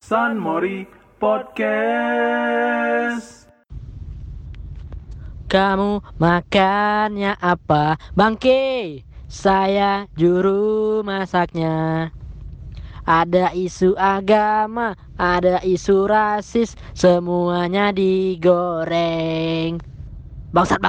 San Mori Podcast. Kamu makannya apa, Bangke? Saya juru masaknya. Ada isu agama, ada isu rasis, semuanya digoreng. Bangsat.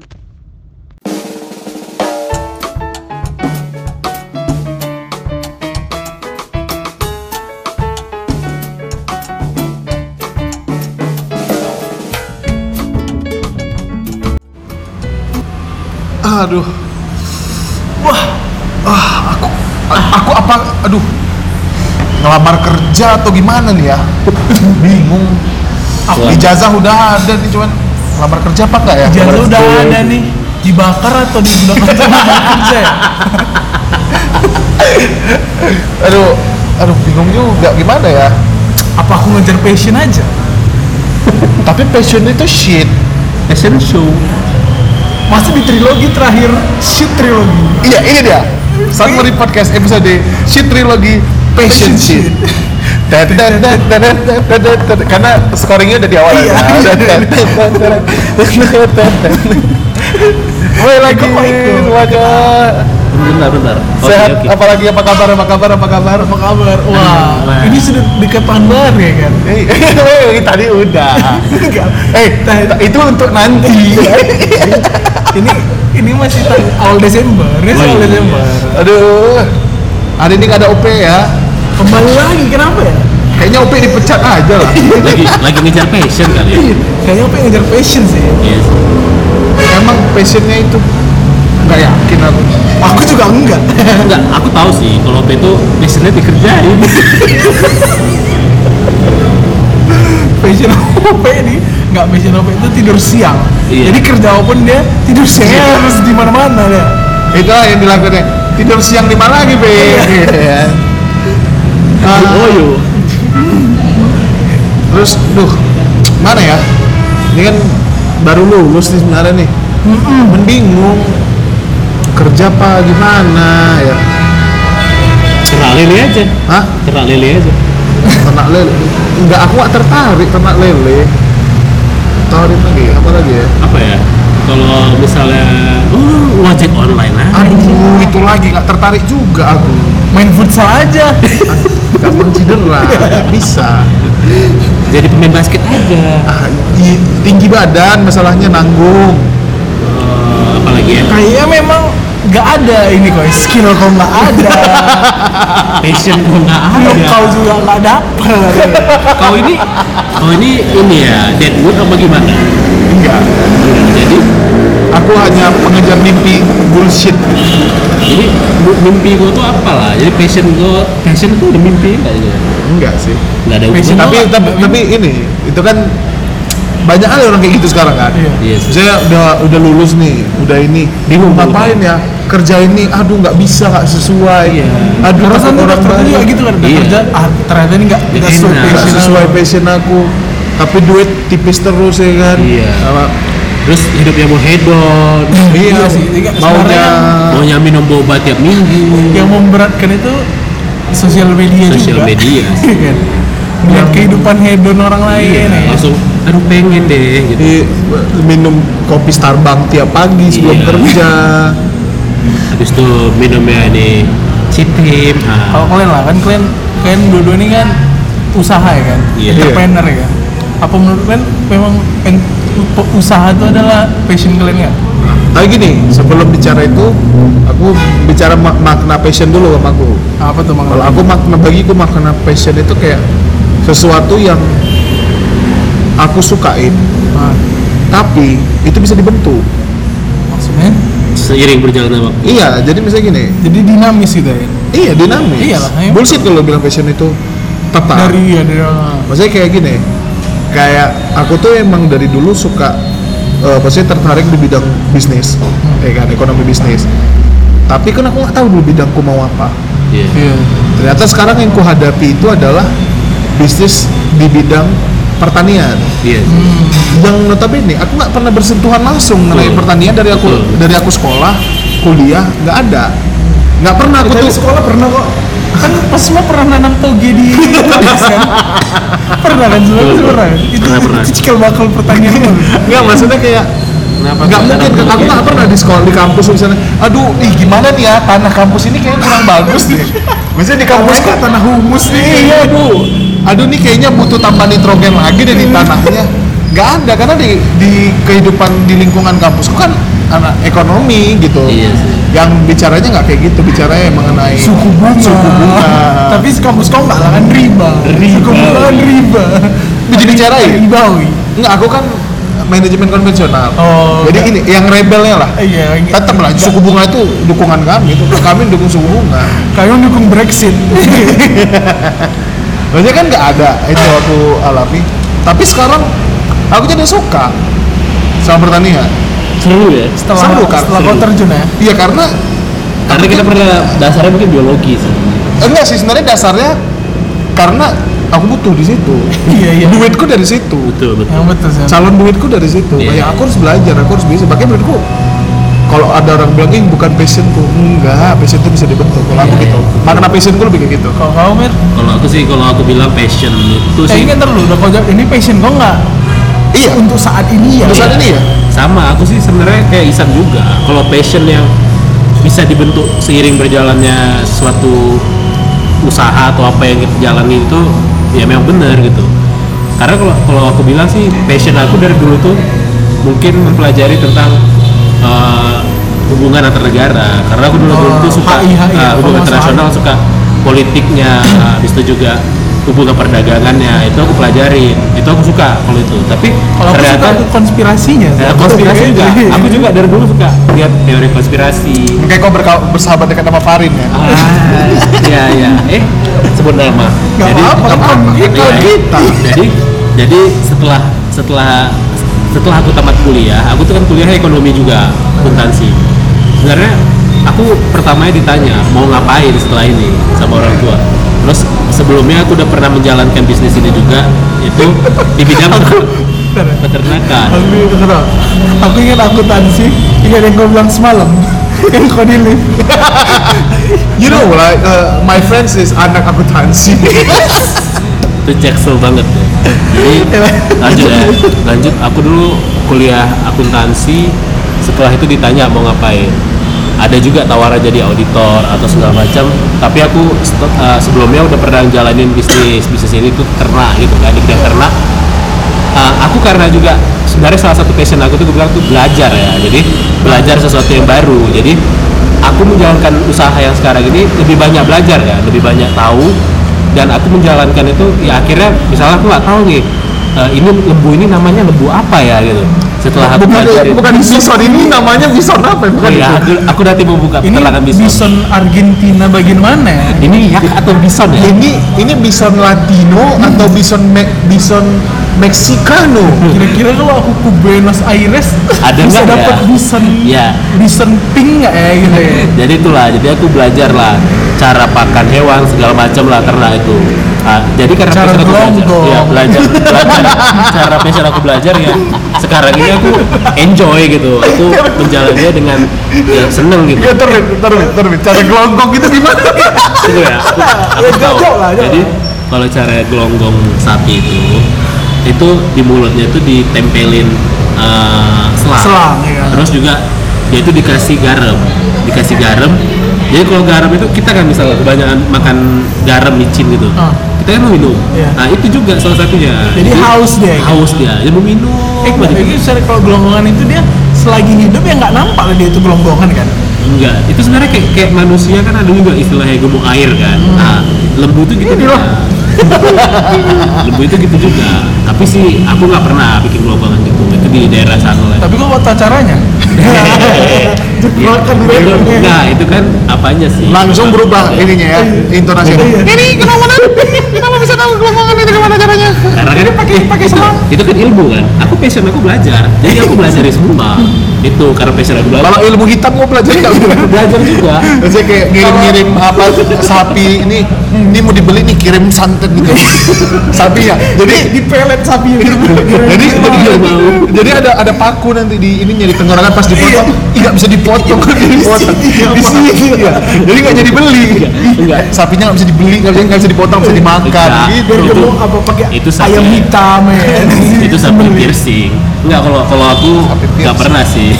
Aduh, aku apa? Aduh, ngelamar kerja atau gimana nih ya? Bingung. Ijazah udah ada nih, cuman ngelamar kerja apa enggak ya? Ijazah udah ada nih, dibakar atau dibilang kerja ya? Aduh, bingung juga gimana ya? Apa aku ngejar passion aja? Tapi passion itu shit. Passion show. Masih di trilogi terakhir, shit trilogi. Iya, ini dia. San Mori Podcast episode shit trilogi passion shit. Karena scoringnya udah di awal ya. Mulai lagi semuanya. Bentar. Sehat, Oke. apalagi apa kabar? Wah, ini sudah dekat tahun baru ya kan? Tadi udah. Itu untuk nanti. ini masih awal Desember, awal Desember. Aduh, hari ini nggak ada OP ya. Kembali lagi, kenapa ya? Kayaknya OP dipecat aja lah. lagi ngejar passion kali ya. Kayaknya apa yang ngejar passion sih? Yes. Emang passionnya itu nggak yakin aku. Aku juga enggak. Enggak, aku tahu sih kalau OP itu passionnya dikerjain. Passion OP ini nggak, passion OP itu tidur siang. Iya. Jadi kerja walaupun dia tidur siang harus di mana-mana ya. Itulah yang dilakukan. Tidur siang di mana lagi, Be? Yo. Terus, mana ya? Ini kan baru lulus nih sebenarnya nih. Bingung. Kerja apa gimana ya? Ternak lele aja. Hah? Ternak lele aja. Ternak lele? Enggak, aku gak tertarik ternak lele. Tawarin lagi, apa lagi ya? Apa ya? Kalau misalnya ojek online lah. Aduh, itu lagi gak tertarik juga aku. Main futsal aja. Gampang cedera, gak bisa. Jadi pemain basket aja. Tinggi badan, masalahnya nanggung. Apalagi ya? Kayaknya memang nggak ada ini kok, skill kok nggak ada. Passion kok nggak Look, ada. kau juga nggak dapet. Kau ini ya Deadwood apa gimana? Enggak. Jadi Aku hanya mengejar mimpi bullshit. jadi mimpi gue tuh apa lah? Jadi passion itu udah mimpi nggak gitu? Enggak sih. Nggak ada Passion hubungan. Tapi ini itu kan banyak kali orang kayak gitu sekarang kan. Iya. Yes. Saya udah lulus nih, udah ini. Bingung Ngapain ya? Kerja ini, aduh nggak bisa, nggak sesuai. Iya. Aduh, Perasaan takut orang banyak. juga gitu kan, udah Iya. kerja, ternyata ini nggak sesuai Enak. Nggak passion sesuai aku. passion aku. Tapi duit tipis terus ya kan. Iya. Sama- Terus hidupnya mau hedon, Iya sih, maunya minum boba tiap minggu. yang memberatkan itu sosial media Sosial juga. media. Iya kan? Melihat kehidupan hedon orang lain ya. Langsung, aduh pengen deh gitu. minum kopi Starbucks tiap pagi sebelum Iya. kerja. Habis itu minumnya ini citip. Kalau kalian lah kan, kalian dua-dua ini kan usaha ya kan, Iya. entrepreneur ya kan. Apa menurut kalian memang usaha itu adalah passion kalian nggak? Tapi gini, sebelum bicara itu, aku bicara makna passion dulu sama aku. Apa tuh Kalau aku bagiku makna passion itu kayak sesuatu yang aku sukain, tapi itu bisa dibentuk. Maksudnya? Seiring berjalannya waktu. Iya, jadi misalnya gini. Jadi dinamis gitu ya. Iya, dinamis. Iyalah, ayo. Bullshit kalau bilang passion itu tetap. Dari Maksudnya kayak gini. Kayak aku tuh emang dari dulu suka maksudnya tertarik di bidang bisnis, ya kan, ekonomi bisnis. Tapi kan aku nggak tahu dulu bidangku mau apa. Iya. Iya. Ternyata sekarang yang kuhadapi itu adalah bisnis di bidang pertanian. Iya. Yang notabene aku nggak pernah bersentuhan langsung mengenai Betul. pertanian Betul. dari aku sekolah, kuliah, nggak ada. Nggak pernah aku Dari tuh. sekolah pernah kok. Kan pas semua pernah nanam toge di kampus kan? Pernah kan semua pernah. Pernah. Itu cikal bakal pertanian lo. Enggak, maksudnya kayak Kenapa? nggak mungkin, aku nggak pernah di sekolah di kampus misalnya, aduh, gimana nih ya tanah kampus ini kayaknya kurang bagus deh. Misalnya di kampus kok Tanah humus nih. iya, aduh nih kayaknya butuh tambah nitrogen lagi deh di tanahnya. Nggak ada, karena di kehidupan di lingkungan kampusku kan anak ekonomi gitu. Iya sih. Yang bicaranya nggak kayak gitu, bicaranya mengenai Suku bunga. Tapi kampus kau nggak lah kan riba. Suku bunga kan riba. Jadi bicarain. Ribawi. Nggak, aku kan manajemen konvensional. Oh, Jadi ini yang rebelnya lah. Iya. Tetap lah, suku bunga itu dukungan kami, itu kami dukung suku bunga. Kalian dukung Brexit. Maksudnya kan nggak ada, itu aku alami. Tapi sekarang aku jadi suka sama pertanian. Seru ya. Seru kan? Setelah kau Seru. terjun ya. Iya, karena Karena kita pernah dasarnya mungkin biologi sih. enggak sih, sebenarnya dasarnya karena aku butuh di situ. Iya. Duitku dari situ. Betul. Yang betul sih. Calon duitku dari situ. Iya. Kayak aku harus belajar, aku harus bisa. Makanya menurutku kalau ada orang bilang ini bukan passionku, enggak, passion itu bisa dibentuk. Kalau aku Iya, gitu, iya. makna passionku lebih kayak gitu. Kalau kau Mir, Kalau aku bilang passion itu sih ini ntar lu udah kau jawab, ini passion kau nggak? Iya. Untuk saat ini ya. Untuk saat ini ya. sama. Aku sih sebenarnya kayak Isan juga. Kalau passion yang bisa dibentuk seiring berjalannya suatu usaha atau apa yang kita jalani itu ya memang benar gitu. Karena kalau aku bilang sih passion aku dari dulu tuh mungkin mempelajari tentang hubungan antar negara. Karena aku dulu tuh suka HI, hubungan Mas internasional, suka politiknya, habis itu juga hubungan perdagangannya itu aku pelajari, itu aku suka kalau itu. Tapi Kalau aku ternyata suka konspirasinya. konspirasi juga. Aku juga dari dulu suka lihat teori konspirasi. Kayak kau bersahabat dekat sama Farin ya. Iya. Sebut nama. Nggak apa-apa, kan iya, kita. Jadi setelah aku tamat kuliah, aku tuh kan kuliah ekonomi juga, akuntansi. Sebenarnya aku pertamanya ditanya mau ngapain setelah ini sama orang tua. Terus sebelumnya aku udah pernah menjalankan bisnis ini juga, itu di bidang peternakan. Aku ingat akuntansi, ingat yang kau bilang semalam, yang kau di lift. You know, like my friends is anak akuntansi. Itu jaksel banget ya. Jadi lanjut aku dulu kuliah akuntansi, setelah itu ditanya mau ngapain. Ada juga tawaran jadi auditor atau segala macam, tapi aku sebelumnya udah pernah jalanin bisnis ini tuh ternak gitu kan, di bidang ternak. Aku karena juga sebenarnya salah satu passion aku tuh gue bilang tuh belajar ya, jadi belajar sesuatu yang baru. Jadi aku menjalankan usaha yang sekarang ini lebih banyak belajar ya, lebih banyak tahu, dan aku menjalankan itu ya akhirnya misalnya aku nggak tahu nih ini lembu ini namanya lembu apa ya gitu. Setelah aku belajar Bukan bison, ini namanya bison apa? Bukan ya, itu. aku nanti mau buka Ini peternakan bison. bison Argentina bagian mana ya? Ini yak atau bison ya? Ini bison Latino atau bison Mexicano? Kira-kira kalau aku ke Buenos Aires Ada bisa nggak dapat ya? bison, Ya. bison pink nggak ya gitu ya? Jadi itulah, jadi aku belajar lah cara pakan hewan segala macam lah ternak itu. Jadi karena Cara passion aku belajar, gelonggong. ya belajar cara passion aku belajar ya. Sekarang ini aku enjoy gitu, aku menjalannya dengan ya seneng gitu. Ya terbit. Cara gelonggong gitu gimana? Itu ya. Aku tahu. jauh lah. Jadi kalau cara gelonggong sapi itu di mulutnya itu ditempelin selang. Selang, ya. Terus juga dia itu dikasih garam. Jadi kalau garam itu kita kan misalnya kebanyakan makan garam micin gitu. Kita kan mau minum. Iya. Nah, itu juga salah satunya. Jadi haus dia, gitu? Haus dia. Dia mau minum. Jadi kalau gelonggongan itu dia selagi hidup ya nggak nampak lah dia itu gelonggongan kan? Enggak, itu sebenarnya kayak manusia kan ada juga istilahnya gemuk air kan. Nah, lembu itu gitu juga. Lembu itu gitu juga. Tapi sih aku nggak pernah bikin gelonggongan gitu. Itu di daerah sana lah. Tapi kok tata caranya? Jeprokan dulu. Nah, itu kan apanya sih? Langsung berubah ininya ya, intonasinya. Iya. Ini kenapa bisa tahu gelonggongan itu gimana caranya? Karena kan pakai selang. Itu kan ilmu kan. Aku passion aku belajar. Jadi aku belajar semua. Itu karena passion aku belajar. Kalau ilmu hitam mau belajar nggak? Belajar juga. Biasanya kayak ngirim apa sapi ini mau dibeli nih, kirim santet gitu. Sapinya. Jadi di pelet sapi gitu. jadi ada paku nanti di ininya di tenggorokan pas dipotong. Nggak bisa dipotong kan dipotong. Di sini ya. Jadi nggak jadi beli. Enggak. Sapinya nggak bisa dibeli, nggak bisa dipotong, bisa dimakan gitu. Biar Itu- mau apa pakai itu sapi. ayam hitam ya. Itu sapi piercing. Enggak, kalau aku Sapi piercing. nggak pernah sih.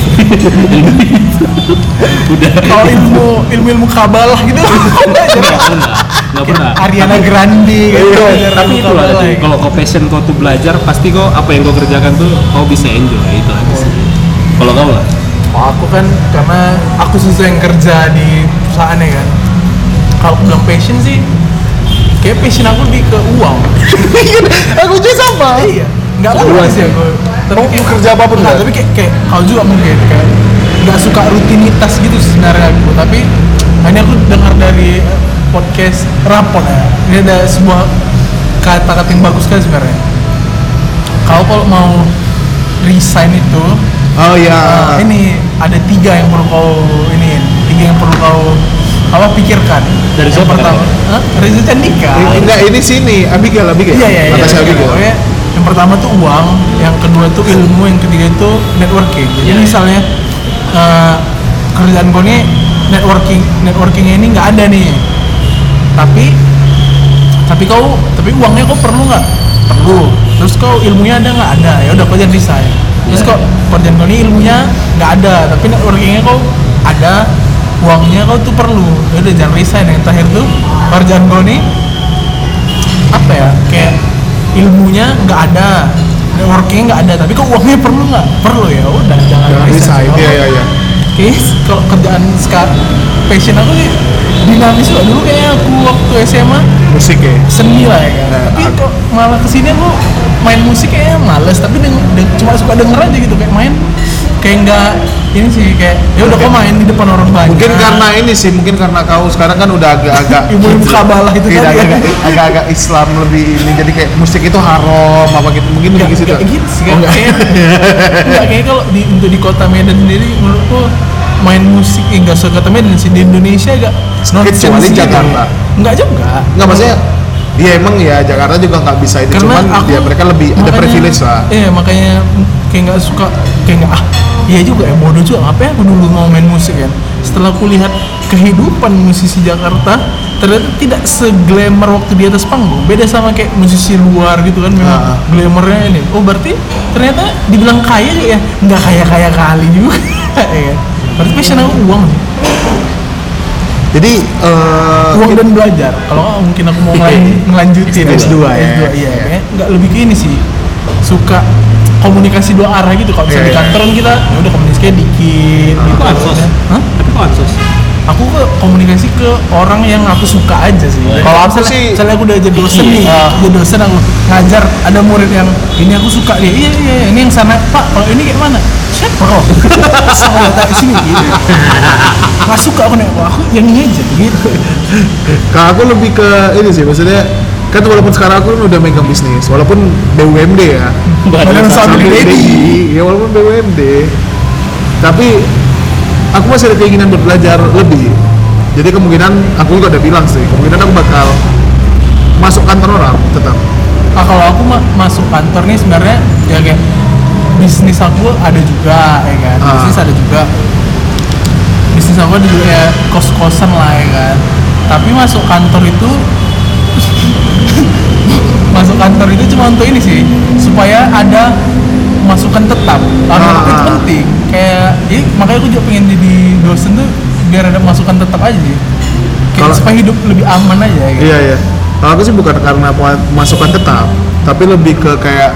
Udah. Kalau ilmu kabalah gitu. Nggak pernah. Ariana Grande gitu. Tapi itu lah tadi, kalau kau passion kau tuh belajar, pasti kau apa yang kau kerjakan tuh kau bisa enjoy, itu aja sih. Kalau kau lah, Oh, aku kan karena aku susah yang kerja di perusahaan ya kan. Kalau bilang passion sih, kayak passion aku lebih ke uang. Aku juga sama. Iya, nggak tahu sih aku. Mau kerja apapun nggak, nggak? tapi kayak kau juga mungkin kayak nggak suka rutinitas gitu sebenarnya aku. Tapi ini aku dengar dari podcast Rapot ya. Ini ada sebuah kata-kata yang bagus kan sebenarnya. Kau kalau mau resign itu, Oh iya. ini ada 3 yang perlu kau tiga yang perlu kau pikirkan. Dari Yang siapa pertama, Reza Candika. Enggak, ini sini Abigail. Iya. Natasha Abigail. Pokoknya yang pertama tuh uang, yang kedua tuh ilmu, yang ketiga itu networking. Jadi Iya. misalnya kerjaan kau nih networkingnya ini nggak ada nih. Tapi uangnya kau perlu nggak? Perlu. Terus kau ilmunya ada nggak? Ada. Ya udah kau jangan resign. Terus kok kerjaan kau nih ilmunya nggak ada, tapi networkingnya kau ada, uangnya kau tuh perlu. Ya udah jangan resign. Yang terakhir tuh kerjaan kau nih apa ya, kayak ilmunya nggak ada, networkingnya nggak ada, tapi kok uangnya perlu nggak? Perlu, ya udah jangan resign. Iya. Oke, kalau kerjaan sekarang passion aku sih dinamis kok. Dulu kayaknya aku waktu SMA Musik ya. seni lah ya kan. Nah, Tapi kok malah kesini aku main musik kayaknya males, tapi cuma suka denger aja gitu, kayak main kayak nggak ini sih, kayak ya udah kok main di depan orang banyak. Mungkin karena ini sih, mungkin karena kau sekarang kan udah agak-agak ilmu kabalah itu Iya, tadi ya. agak-agak Islam lebih ini, jadi kayak musik itu haram apa gitu, mungkin lebih ke situ. Nggak gitu sih kan. Kayak kalau untuk di kota Medan sendiri menurutku main musik nggak usah kota Medan sih, di Indonesia agak Kecuali Jakarta. Nggak juga. Nggak, maksudnya ya emang ya Jakarta juga nggak bisa itu, Karena cuman aku ya mereka lebih ada makanya- privilege lah. Iya, makanya kayak nggak suka, kayak nggak iya juga ya, bodoh juga, ngapain aku dulu mau main musik kan. Setelah aku lihat kehidupan musisi Jakarta, ternyata tidak seglamor waktu di atas panggung. Beda sama kayak musisi luar gitu kan, memang glamornya ini. Oh berarti ternyata dibilang kaya juga ya, nggak kaya kali juga. Ya kan? Berarti passion aku uang sih. Jadi Uang dan belajar. Kalau nggak, mungkin aku mau ngelanjutin S2 ya. S2 iya. Kayak nggak lebih ke ini sih. Suka komunikasi 2 arah gitu. Kalau misalnya Iya, di iya. kantor kan kita ya udah komunikasi dikit gitu. ansos. Hah? Tapi kok ansos? Aku ke komunikasi ke orang yang aku suka aja sih. Oh, iya. Kalau aku Misalnya- sih- misalnya aku udah jadi dosen nih, jadi dosen aku ngajar, ada murid yang ini aku suka dia, iya ini yang sana Pak, kalau ini kayak mana? Siapa kok? Saya tanya sini gitu. Nggak suka aku nih, aku yang ini aja gitu. kalau aku lebih ke ini sih, maksudnya kan walaupun sekarang aku kan udah megang bisnis, walaupun BUMD ya, Badan Usaha Milik BUMD, ya walaupun BUMD, tapi aku masih ada keinginan buat belajar lebih. Jadi kemungkinan aku juga udah bilang sih, kemungkinan aku bakal masuk kantor orang tetap. Nah, kalau aku masuk kantor nih sebenarnya ya kayak bisnis aku ada juga ya kan, bisnis ada juga, bisnis aku ada juga ya, kos-kosan lah ya kan. Tapi masuk kantor itu cuma untuk ini sih, supaya ada masukan tetap. Karena itu penting. Kayak makanya aku juga pengen jadi dosen tuh biar ada masukan tetap aja sih. Kayak Kalau- supaya hidup lebih aman aja gitu. Iya. Kalau aku sih bukan karena masukan tetap, tapi lebih ke kayak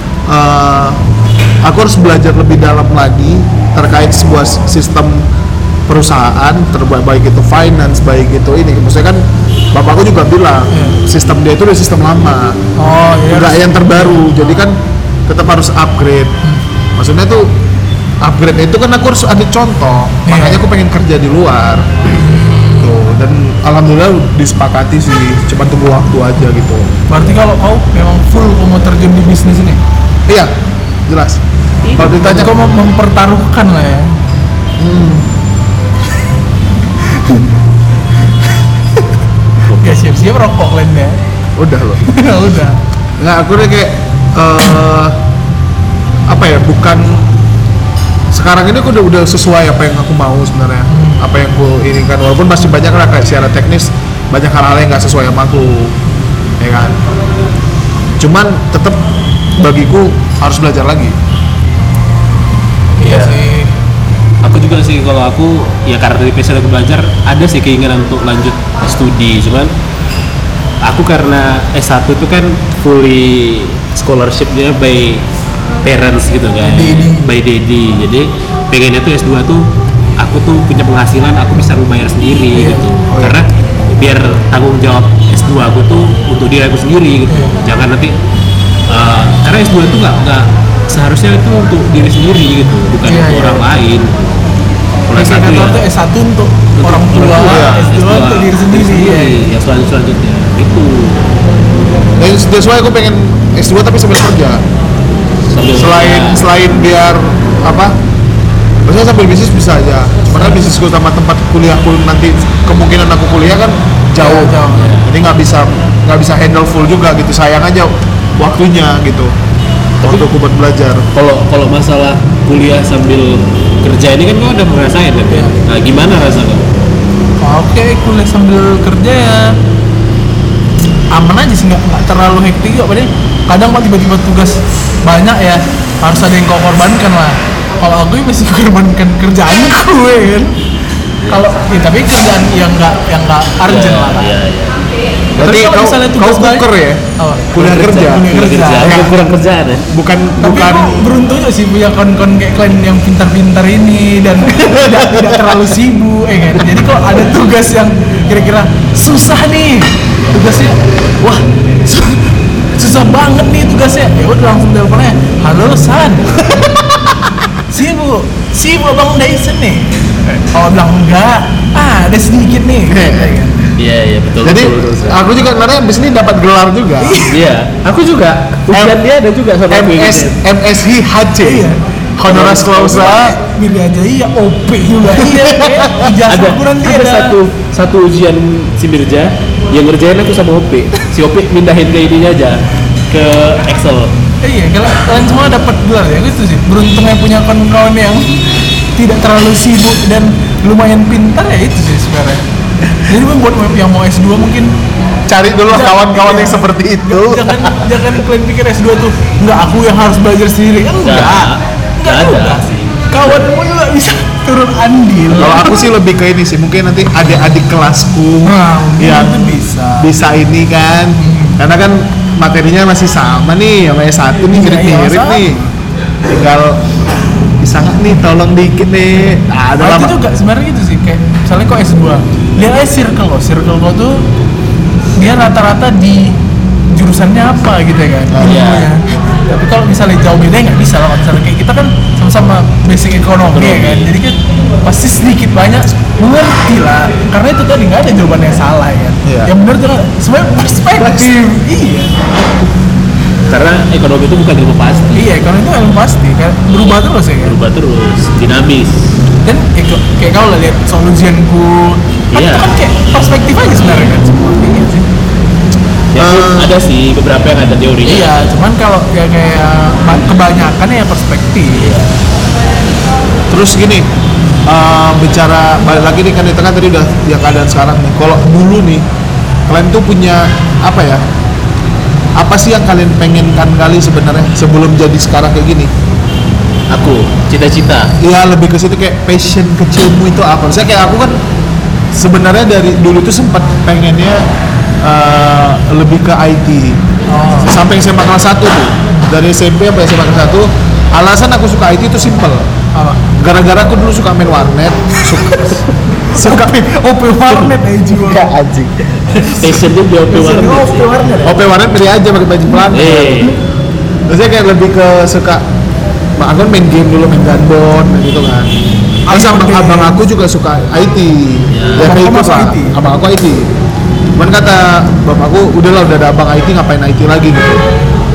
aku harus belajar lebih dalam lagi terkait sebuah sistem perusahaan, baik itu finance, baik itu ini. Maksudnya kan bapakku juga bilang sistem dia itu udah sistem lama, Oh iya. nggak yang terbaru. Jadi kan tetap harus upgrade. Maksudnya tuh upgrade itu kan aku harus ada contoh. Makanya aku pengen kerja di luar. Tuh, dan alhamdulillah disepakati sih, cuma tunggu waktu aja gitu. Berarti kalau kau memang full kau mau mau terjun di bisnis ini? Iya, jelas. Kalau ditanya Kau mau mempertaruhkan lah ya. Ya siap-siap rokok lain ya. udah loh. Udah. Nggak, aku udah kayak apa ya, bukan sekarang ini aku udah sesuai apa yang aku mau sebenarnya, apa yang aku inginkan, walaupun masih banyak lah kayak secara teknis banyak hal-hal yang nggak sesuai sama aku, ya kan. Cuman tetap bagiku harus belajar lagi. Iya sih. Aku juga sih, kalau aku ya karena dari passion aku belajar, ada sih keinginan untuk lanjut studi, cuman aku karena S1 itu kan fully scholarshipnya by parents gitu kan, by daddy, jadi pengennya tuh S2 tuh aku tuh punya penghasilan, aku bisa membayar sendiri gitu, karena biar tanggung jawab S2 aku tuh untuk diri aku sendiri gitu, jangan nanti karena S2 tuh nggak seharusnya itu untuk diri sendiri gitu, bukan untuk orang lain. Kalau S1 Kata ya tuh S1 untuk orang tua, S2 untuk diri sendiri. ya selanjutnya itu Dan sesuai aku pengen S2 tapi sambil kerja. Selain biar apa? Maksudnya sambil bisnis bisa aja. Cuman kan bisnisku sama tempat kuliahku nanti kemungkinan aku kuliah kan jauh. Jadi nggak bisa handle full juga gitu. Sayang aja waktunya gitu. Waktu aku buat belajar. kalau masalah kuliah sambil kerja ini kan kau udah ngerasain kan? Iya. Nah, gimana rasanya? Oke, kuliah sambil kerja ya aman aja sih, nggak terlalu hektik juga. Padahal kadang kok tiba-tiba tugas banyak ya, harus ada yang kau korbankan lah. Kalau aku masih korbankan kerjaan gue kan. Kalau ya, tapi kerjaan yang nggak urgent lah. Iya. Berarti Tapi kalau misalnya kau tugas kuker ya? Apa? Kuliah kerja. Kurang kerjaan ya? Bukan Tapi aku beruntung juga sih punya kon-kon kayak kalian yang pintar-pintar ini dan tidak terlalu sibuk, kan. Jadi kalau ada tugas yang kira-kira susah nih, tugasnya, wah susah banget nih tugasnya, ya udah langsung teleponnya, halo San, sibuk Bang Dyson nih. Oh bilang enggak, ada sedikit nih. Iya betul. Jadi betul. aku juga sebenarnya abis ini dapat gelar juga. Iya, aku juga. Ujian dia ada juga sama aku. MSI HC. Iya. Honoris Clausa. Milih aja iya, OP juga iya. Ada Kurang dia satu ujian si Mirja yang ngerjain aku sama OP. Si OP mindahin ke ininya aja, ke Excel. Iya, kalau kalian semua dapat gelar ya, itu sih. Beruntungnya punya kawan-kawan yang tidak terlalu sibuk dan lumayan pintar ya, itu sih sebenarnya. Jadi buat yang mau S2 mungkin Cari dulu kawan-kawan yang seperti itu. jangan kalian pikir S2 tuh enggak, aku yang harus belajar sendiri. Enggak ada juga. sih. Kawanmu juga bisa turun andil. Kalau aku sih lebih ke ini sih, mungkin nanti adik-adik kelasku yang itu bisa. ini kan, karena kan materinya masih sama nih sama S1 nih, mirip-mirip sama. nih. Tinggal bisa nggak nih, tolong dikit nih. Ada Nah, lama. itu juga sebenarnya gitu sih, kayak misalnya kok S2 lihat aja circle lo tuh dia rata-rata di jurusannya apa gitu ya kan. Iya. Tapi kalau misalnya jauh beda nggak bisa lah. Misalnya kayak kita kan sama-sama basic ekonomi ya kan, jadi kan pasti sedikit banyak mengerti lah, karena itu tadi nggak ada jawaban yang salah ya kan. Iya. Yang benar tuh sebenarnya perspektif. Iya. Karena ekonomi itu bukan ilmu pasti, Iya, ekonomi itu ilmu pasti kan, berubah terus ya kan. berubah terus, dinamis. Dan kayak kau lah lihat soal ujianku kan, Iya. itu kan kayak perspektif aja sebenarnya kan semua. Iya sih. Ya, ada sih beberapa yang ada teorinya. Iya, cuman kalau ya kayak kebanyakan ya perspektif. Terus gini, bicara balik lagi nih kan, itu kan tadi udah ya keadaan sekarang nih. Kalau dulu nih, kalian tuh punya apa ya? Apa sih yang kalian pengenkan kali sebenarnya sebelum jadi sekarang kayak gini? Aku cita-cita. Iya, lebih ke situ, kayak passion kecilmu itu apa? Saya kayak aku kan sebenarnya dari dulu tuh sempat pengennya lebih ke IT. Sampai SMA kelas 1 tuh. Dari SMP sampai SMA kelas 1, alasan aku suka IT itu simple. Apa? Gara-gara aku dulu suka main warnet, suka OP warnet aja juga. anjing. Passionnya di OP warnet. OP warnet. OP warnet pilih aja pakai baju pelanggan. Terus saya kayak lebih ke suka, aku kan main game dulu, main Gunbound gitu kan. Terus abang aku juga suka IT. Ya kayak Abang ikut kamu lah. IT? Abang aku IT. Cuman kata bapakku, udahlah udah ada abang IT, ngapain IT lagi gitu.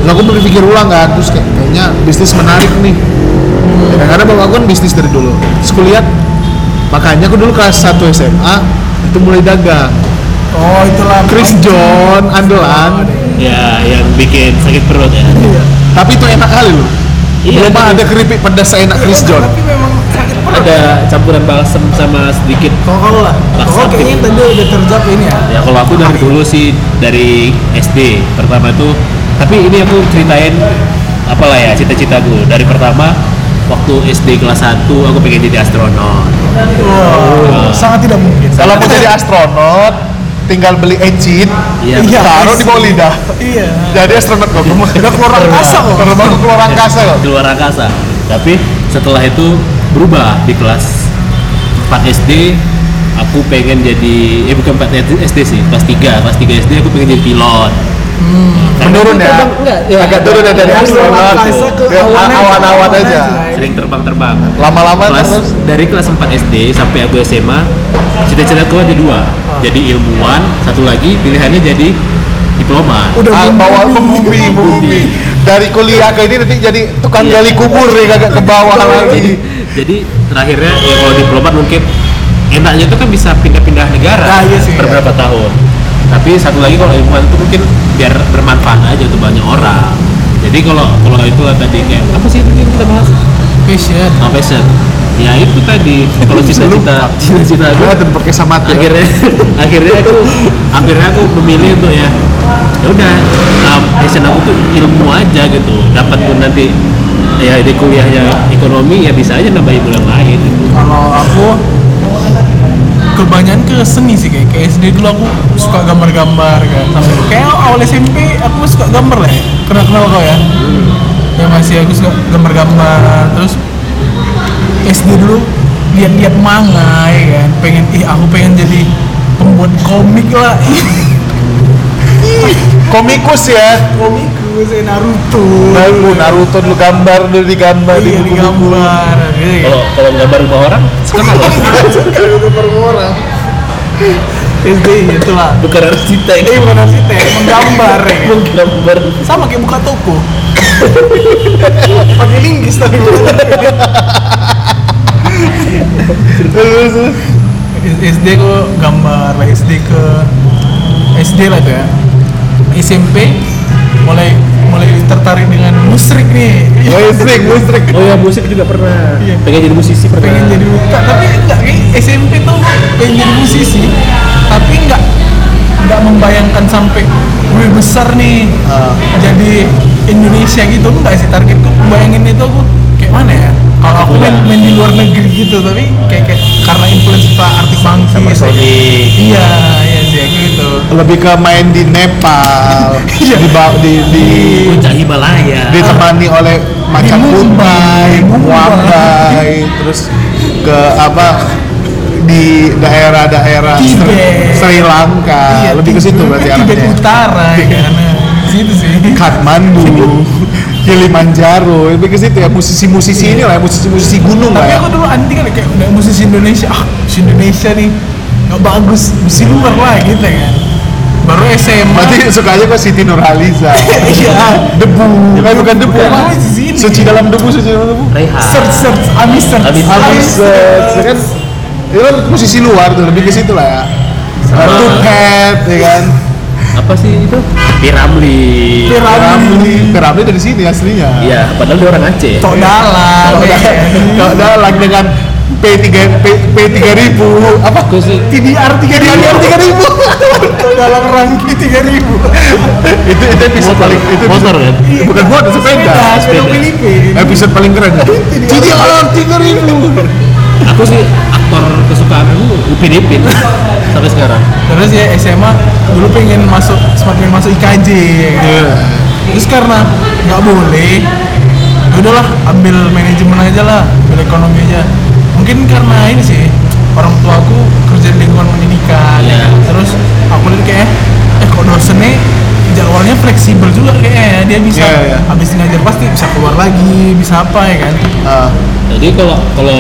Terus aku berpikir ulang kan, terus kayaknya bisnis menarik nih. Ya, karena bapak aku kan bisnis dari dulu. Terus aku lihat, makanya aku dulu kelas 1 SMA itu mulai dagang. Oh itulah Chris John andalan. Ya, yang bikin sakit perut ya. Tapi itu enak kali loh. Iya, Belum ada keripik pedas seenak Chris John. Tapi memang sakit perut. Ada campuran balsam sama sedikit. Kalau lah. Oh kayaknya tadi udah terjawab ini ya. Ya kalau aku dari dulu sih dari SD pertama tuh. Tapi ini aku ceritain apalah ya cita-citaku dari pertama waktu SD kelas 1 aku pengen jadi astronot. Wow, sangat tidak mungkin. Kalau mau jadi astronot, tinggal beli ecin, Iya, taruh di bawah lidah. Iya. Jadi astronot kok. Udah keluar angkasa kok. Terbang ke luar angkasa kok. di luar angkasa. Tapi setelah itu berubah di kelas 4 SD aku pengen jadi bukan 4 SD sih, kelas 3 SD aku pengen jadi pilot. Menurun ya? Agak turun ya dari astronot. Angkasa ke Dia awan-awan aja. Sering terbang-terbang. Lama-lama terus Dari kelas 4 SD sampai aku SMA, cita-citaku ada 2. Jadi ilmuwan, satu lagi pilihannya jadi diplomat. Udah bawah bumi. Dari kuliah ke ini nanti jadi tukang gali kubur nih kagak ke bawah lagi. Jadi terakhirnya ya kalau diplomat mungkin enaknya itu kan bisa pindah-pindah negara Nah, iya sih, beberapa tahun. Tapi satu lagi kalau ilmuwan itu mungkin biar bermanfaat aja untuk banyak orang. Jadi kalau itu tadi kayak apa sih tadi kita bahas? passion. Passion. Ya itu tadi kalau cita-cita aku Dan pakai sama akhirnya aku memilih untuk ya udah passion aku tuh ilmu aja gitu. Dapat pun nanti ya di kuliahnya ekonomi ya bisa aja nambah ilmu yang lain. Kalau aku kebanyakan ke seni sih kayak SD dulu aku suka gambar-gambar kan. Sampai kayak awal SMP aku suka gambar lah. Ya. Kenal kau ya? Ya masih aku suka gambar-gambar. Terus SD dulu lihat manga ya kan. Aku pengen jadi pembuat komik lah. Komikus ya. Komikus Naruto. Naruto dulu gambar dulu digambar Iya digambar. Kalau gambar rumah orang sekarang Kalau gambar orang. SD itulah. bukan arsitek Bukan arsitek, menggambar ya. menggambar. Sama kayak buka toko. Pakai linggis tapi. SD kok gambar lah SD lah tuh ya. SMP mulai tertarik dengan musik nih. Musrik. Oh ya musik juga pernah. Iya. Pengen jadi musisi pernah. Pengen jadi tapi enggak kayak SMP tuh pengen jadi musisi tapi enggak membayangkan sampai gue besar nih jadi Indonesia gitu enggak sih targetku bayangin itu aku kayak mana ya kalau aku main di luar negeri gitu tapi kayak karena influence Pak Arctic Monkeys iya sih gitu Lebih ke main di Nepal, di puncak Himalaya. ditemani oleh macan putih, Mumbai, terus ke di daerah-daerah Tibet. Sri Lanka, lebih ke situ berarti Tibet arahnya. Utara ya kan situ sih Kathmandu, Kilimanjaro, lebih ke situ ya musisi-musisi ini lah, musisi-musisi gunung lah tapi ya. aku dulu anti kan kayak udah musisi Indonesia musisi Indonesia nih nggak bagus musisi luar lah gitu kan baru SMA Berarti sukanya ke Siti Nurhaliza. iya Debu, bukan debu. Bukan, sini. Suci dalam debu. Rehan. search Amis Habis kan itu kan musisi luar tuh, lebih ke situ lah ya. Tuphead, ya kan. Apa sih itu? Piramli. Piramli dari sini aslinya. Iya, padahal dia orang Aceh. Tok Dalang dengan P3000 apa? Aku sih TDR 3000 Tok dalam rangki 3000 Itu episode paling itu motor kan? bukan motor, sepeda. Filipina Episode paling keren. TDR 3000. Aku sih aktor kesukaan aku Upin Ipin sampai sekarang. terus ya SMA dulu pengen semakin masuk IKJ ya kan? Terus karena nggak boleh ya udahlah ambil manajemen aja lah ambil ekonomi aja mungkin karena ini sih orang tua aku kerja di lingkungan pendidikan Iya. terus aku lihat kayak kok dosennya jadwalnya fleksibel juga kayaknya dia bisa Iya. habis ngajar pasti bisa keluar lagi bisa apa ya kan Jadi kalau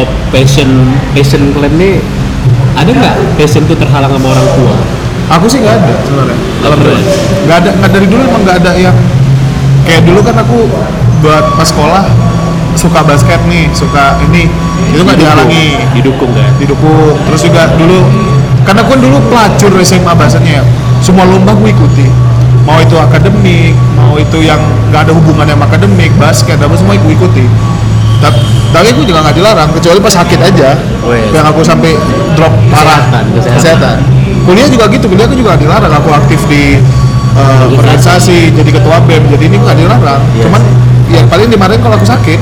passion kalian nih ada nggak passion tuh terhalang sama orang tua? Aku sih nggak ada sebenarnya. Nggak pernah. Nggak ada, nggak dari dulu emang nggak ada yang Kayak dulu kan aku buat pas sekolah suka basket nih, suka ini, itu nggak dihalangi, Didukung kan? didukung. Terus juga dulu, karena aku kan dulu pelacur SMA bahasanya ya, semua lomba gue ikuti. Mau itu akademik, mau itu yang nggak ada hubungannya sama akademik, basket, apa semua gue ikuti. Tapi aku juga nggak dilarang, kecuali pas sakit aja, Wes. yang aku sampai drop parah. Kesehatan. Kuliah juga gitu, kuliah aku juga nggak dilarang, aku aktif di organisasi, jadi ketua BEM, jadi ini nggak dilarang. Iya Cuman yang paling dimarahin kalau aku sakit.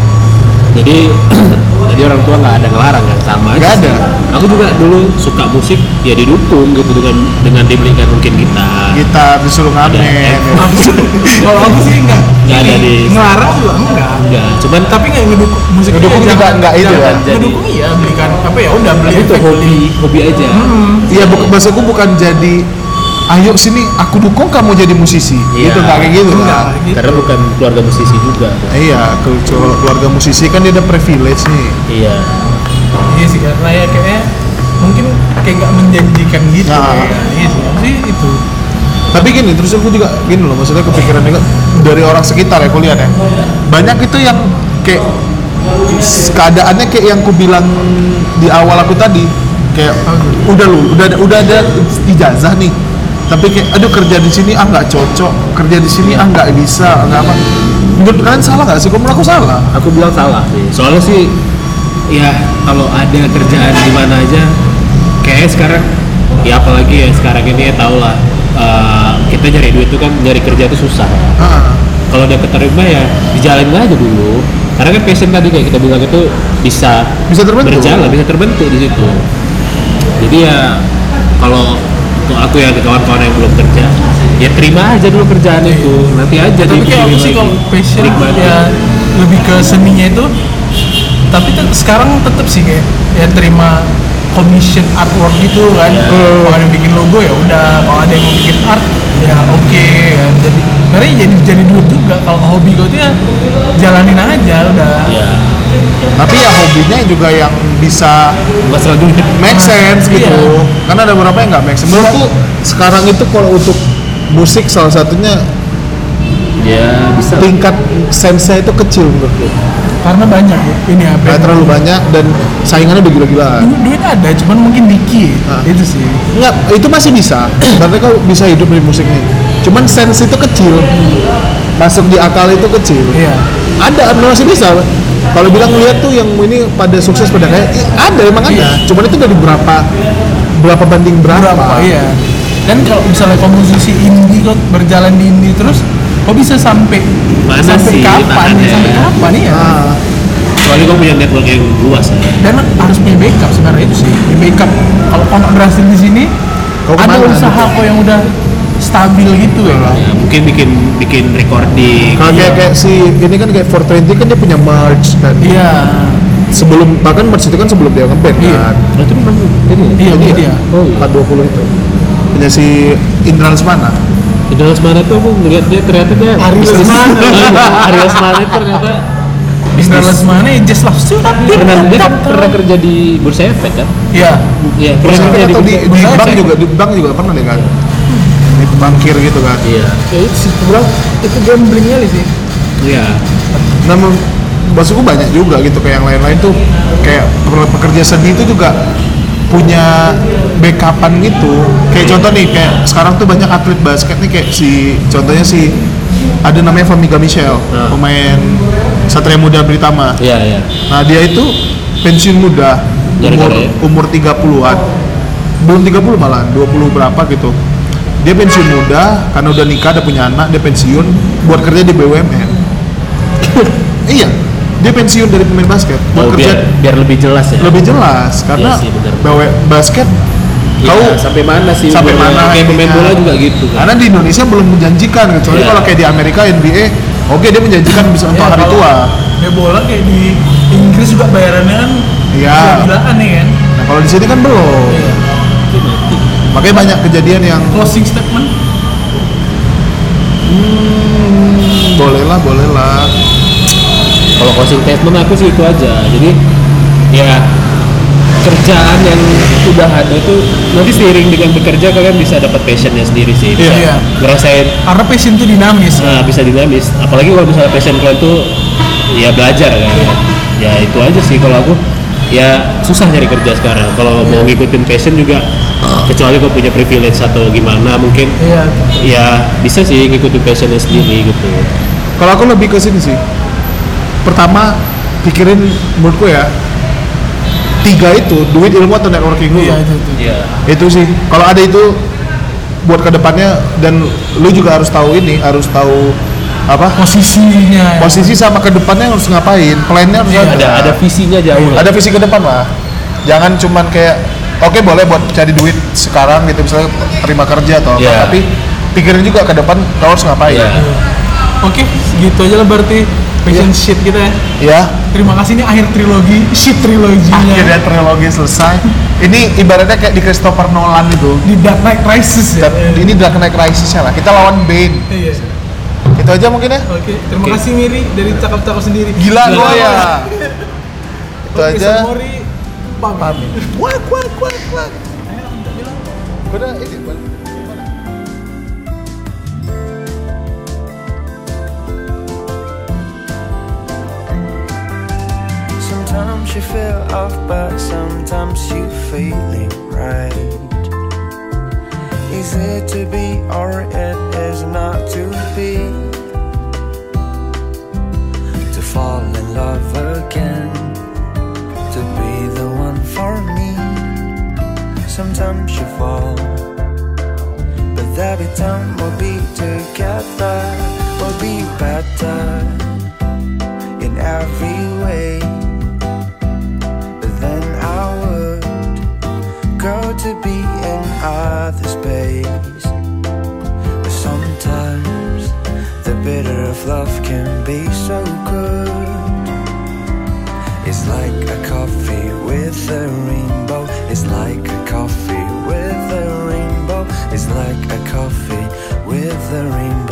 Jadi jadi orang tua nggak ada ngelarang kan, sama aja Nggak sih. ada. Aku juga dulu suka musik ya didukung gitu dengan dibelikan mungkin gitar. Kita disuruh ngamen. Kalau aku sih enggak. Nggak ada di- Ngelarang juga enggak. Enggak, cuman Tapi nggak ngedukung musiknya. Ngedukung juga jangan- nggak itu jangan kan? Ngedukung iya, belikan apa ya udah beli itu efek. hobi aja. Iya, maksudku bukan jadi ayo sini aku dukung kamu jadi musisi. Iya. Gitu nggak kayak gitu Enggak, kan. gitu. Karena bukan keluarga musisi juga. Iya, kalau keluarga musisi kan dia ada privilege nih. Iya. Iya sih karena ya kayaknya mungkin kayak nggak menjanjikan gitu. Nah. Ya. Iya sih itu. Tapi gini, terus aku juga gini loh, maksudnya kepikiran juga dari orang sekitar ya kuliah ya. Banyak itu yang kayak keadaannya kayak yang ku bilang di awal aku tadi, kayak udah ada ijazah nih. Tapi kayak aduh kerja di sini nggak cocok, kerja di sini nggak bisa, nggak apa. Menurut kalian salah nggak sih? Kalau menurut aku salah. Aku bilang salah sih. Soalnya sih ya kalau ada kerjaan di mana aja kayaknya sekarang ya apalagi ya sekarang ini ya tau lah kita nyari duit itu kan nyari kerja itu susah. Ah, Kalau udah keterima ya dijalanin aja dulu. Karena kan passion tadi kayak kita bilang itu bisa terbentuk. berjalan, bisa terbentuk di situ. Jadi ya kalau untuk aku ya kawan-kawan yang belum kerja, ya terima aja dulu kerjaan itu. Nanti aja Tapi kayak aku dipikirin sih lagi. kalau passion Nikmati. ya lebih ke seninya itu. Tapi sekarang tetap sih kayak ya terima commission artwork gitu kan. Kalau ada yang bikin logo ya udah, kalau ada yang mau bikin art ya oke kan. Jadi sebenarnya jadi duit juga. Kalau hobi kau tuh ya jalanin aja udah. Ya, tapi ya hobinya juga yang bisa masalah duit. make sense gitu. Iya. Karena ada beberapa yang nggak make sense. Menurutku sekarang itu kalau untuk musik salah satunya Ya bisa. tingkat sense-nya itu kecil menurutku. Karena banyak ini ya. Nggak terlalu banyak dan saingannya udah gila-gilaan. Duit ada, cuman mungkin dikit. Ah. Itu sih. Enggak, itu masih bisa. Berarti kau bisa hidup dari musik nih. Cuman sense itu kecil. Masuk di akal itu kecil. Iya. Ada, masih bisa. Kalau bilang lihat tuh yang ini pada sukses pada kayak ada emang ada. Iya. Cuman itu dari berapa banding berapa. Iya. Dan kalau misalnya kau musisi indie kok berjalan di indie terus, kok bisa sampai Mana sampai sih kapan? tahannya? Sampai kapan ya? Ah, Soalnya kau punya network yang luas ya. Dan harus punya backup sebenarnya itu sih. Punya backup. Kalau kau nggak berhasil di sini, Kau ada kemana? usaha kok yang udah stabil gitu ya. Ya, mungkin bikin recording. kalau kayak si ini kan kayak 420 kan dia punya merch kan. Iya. Sebelum bahkan merch itu kan sebelum dia ngeband Iya. kan. Berarti memang ini ya? Iya, Jadi iya. Oh iya. 420 itu. Punya si Indra Lesmana. Di dalam Lesmana tuh aku ngeliat dia ternyata dia Ari bisnis- Lesmana. Ari Lesmana itu ternyata Indra Lesmana ya just love surat. dia kan pernah kerja di Bursa Efek kan? Iya. Iya, Terus pernah kerja atau di Bursa bank Efek. juga, di bank juga pernah deh kan. Di bankir gitu kan. Iya. Ya itu sih, aku bilang itu gamblingnya sih. Iya. Nah, maksudku banyak juga gitu kayak yang lain-lain tuh kayak pekerja seni itu juga punya backupan gitu. Kayak contoh nih kayak sekarang tuh banyak atlet basket nih kayak contohnya si ada namanya Famiga Michelle, Nah. pemain Satria Muda Britama. Iya, iya. Nah, dia itu pensiun muda Gara-gara ya? umur 30-an. Belum 30 malah, 20 berapa gitu. Dia pensiun muda karena udah nikah, ada punya anak, dia pensiun buat kerja di BUMN. Iya, dia pensiun dari pemain basket buat Oh, kerja biar lebih jelas ya. lebih jelas karena Iya sih, benar. basket Iya, tahu sampai mana sih? sampai mana kayak pemain ininya. bola juga gitu kan. Karena di Indonesia belum menjanjikan kecuali Iya. kalau kayak di Amerika NBA, oke dia menjanjikan bisa untuk hari tua. Ya bola kayak di Inggris juga bayarannya kan Iya. gila-gilaan nih kan. Nah, kalau di sini kan belum. Iya. Makanya banyak kejadian yang Closing statement. boleh lah. Kalau closing statement aku sih itu aja. Jadi ya pekerjaan yang udah ada tuh nanti seiring dengan bekerja kalian bisa dapat passionnya sendiri sih, bisa Iya. ngerasain. Karena passion tuh dinamis. Nah, bisa dinamis. Apalagi kalau misalnya passion kalian tuh ya belajar kan. Ya itu aja sih kalau aku. Ya susah nyari kerja sekarang. Kalau mau ngikutin passion juga, kecuali kau punya privilege atau gimana mungkin. Iya. Ya bisa sih ngikutin passionnya sendiri gitu. Kalau aku lebih ke sini sih. Pertama, pikirin menurutku ya, 3 itu, duit, ilmu, atau networking dulu. Iya itu. Iya. Itu sih. Kalau ada itu buat kedepannya, dan lu juga harus tahu ini, harus tahu apa Posisinya. posisi sama kedepannya harus ngapain, plannya harus Iya, Ada visinya jauh lah. ada visi ke depan lah. Jangan cuman kayak oke boleh buat cari duit sekarang gitu, misalnya terima kerja atau apa, Iya. tapi pikirin juga ke depan kau harus ngapain. Iya. Oke, segitu aja lah berarti passion shit kita ya. Ya, Terima kasih, ini akhir trilogi, shit triloginya. akhirnya trilogi selesai. Ini ibaratnya kayak di Christopher Nolan itu. Di Dark Knight Rises ya. Dan ini Dark Knight Rises-nya lah. Kita lawan Bane. Iya. Itu aja mungkin ya. Oke, terima Oke. kasih Miri dari cakap-cakap sendiri. Gila gua ya. Itu Oke, aja. Samori, pamit. Kuat. Udah ini. Sometimes you feel off, but sometimes you feeling right. Is it to be or it is not to be? To fall in love again, to be the one for me. Sometimes you fall, but every time we'll be together, we'll be better in every way. To be in other space, but sometimes the bitter of love can be so good. It's like a coffee with a rainbow. It's like a coffee with a rainbow. It's like a coffee with a rainbow.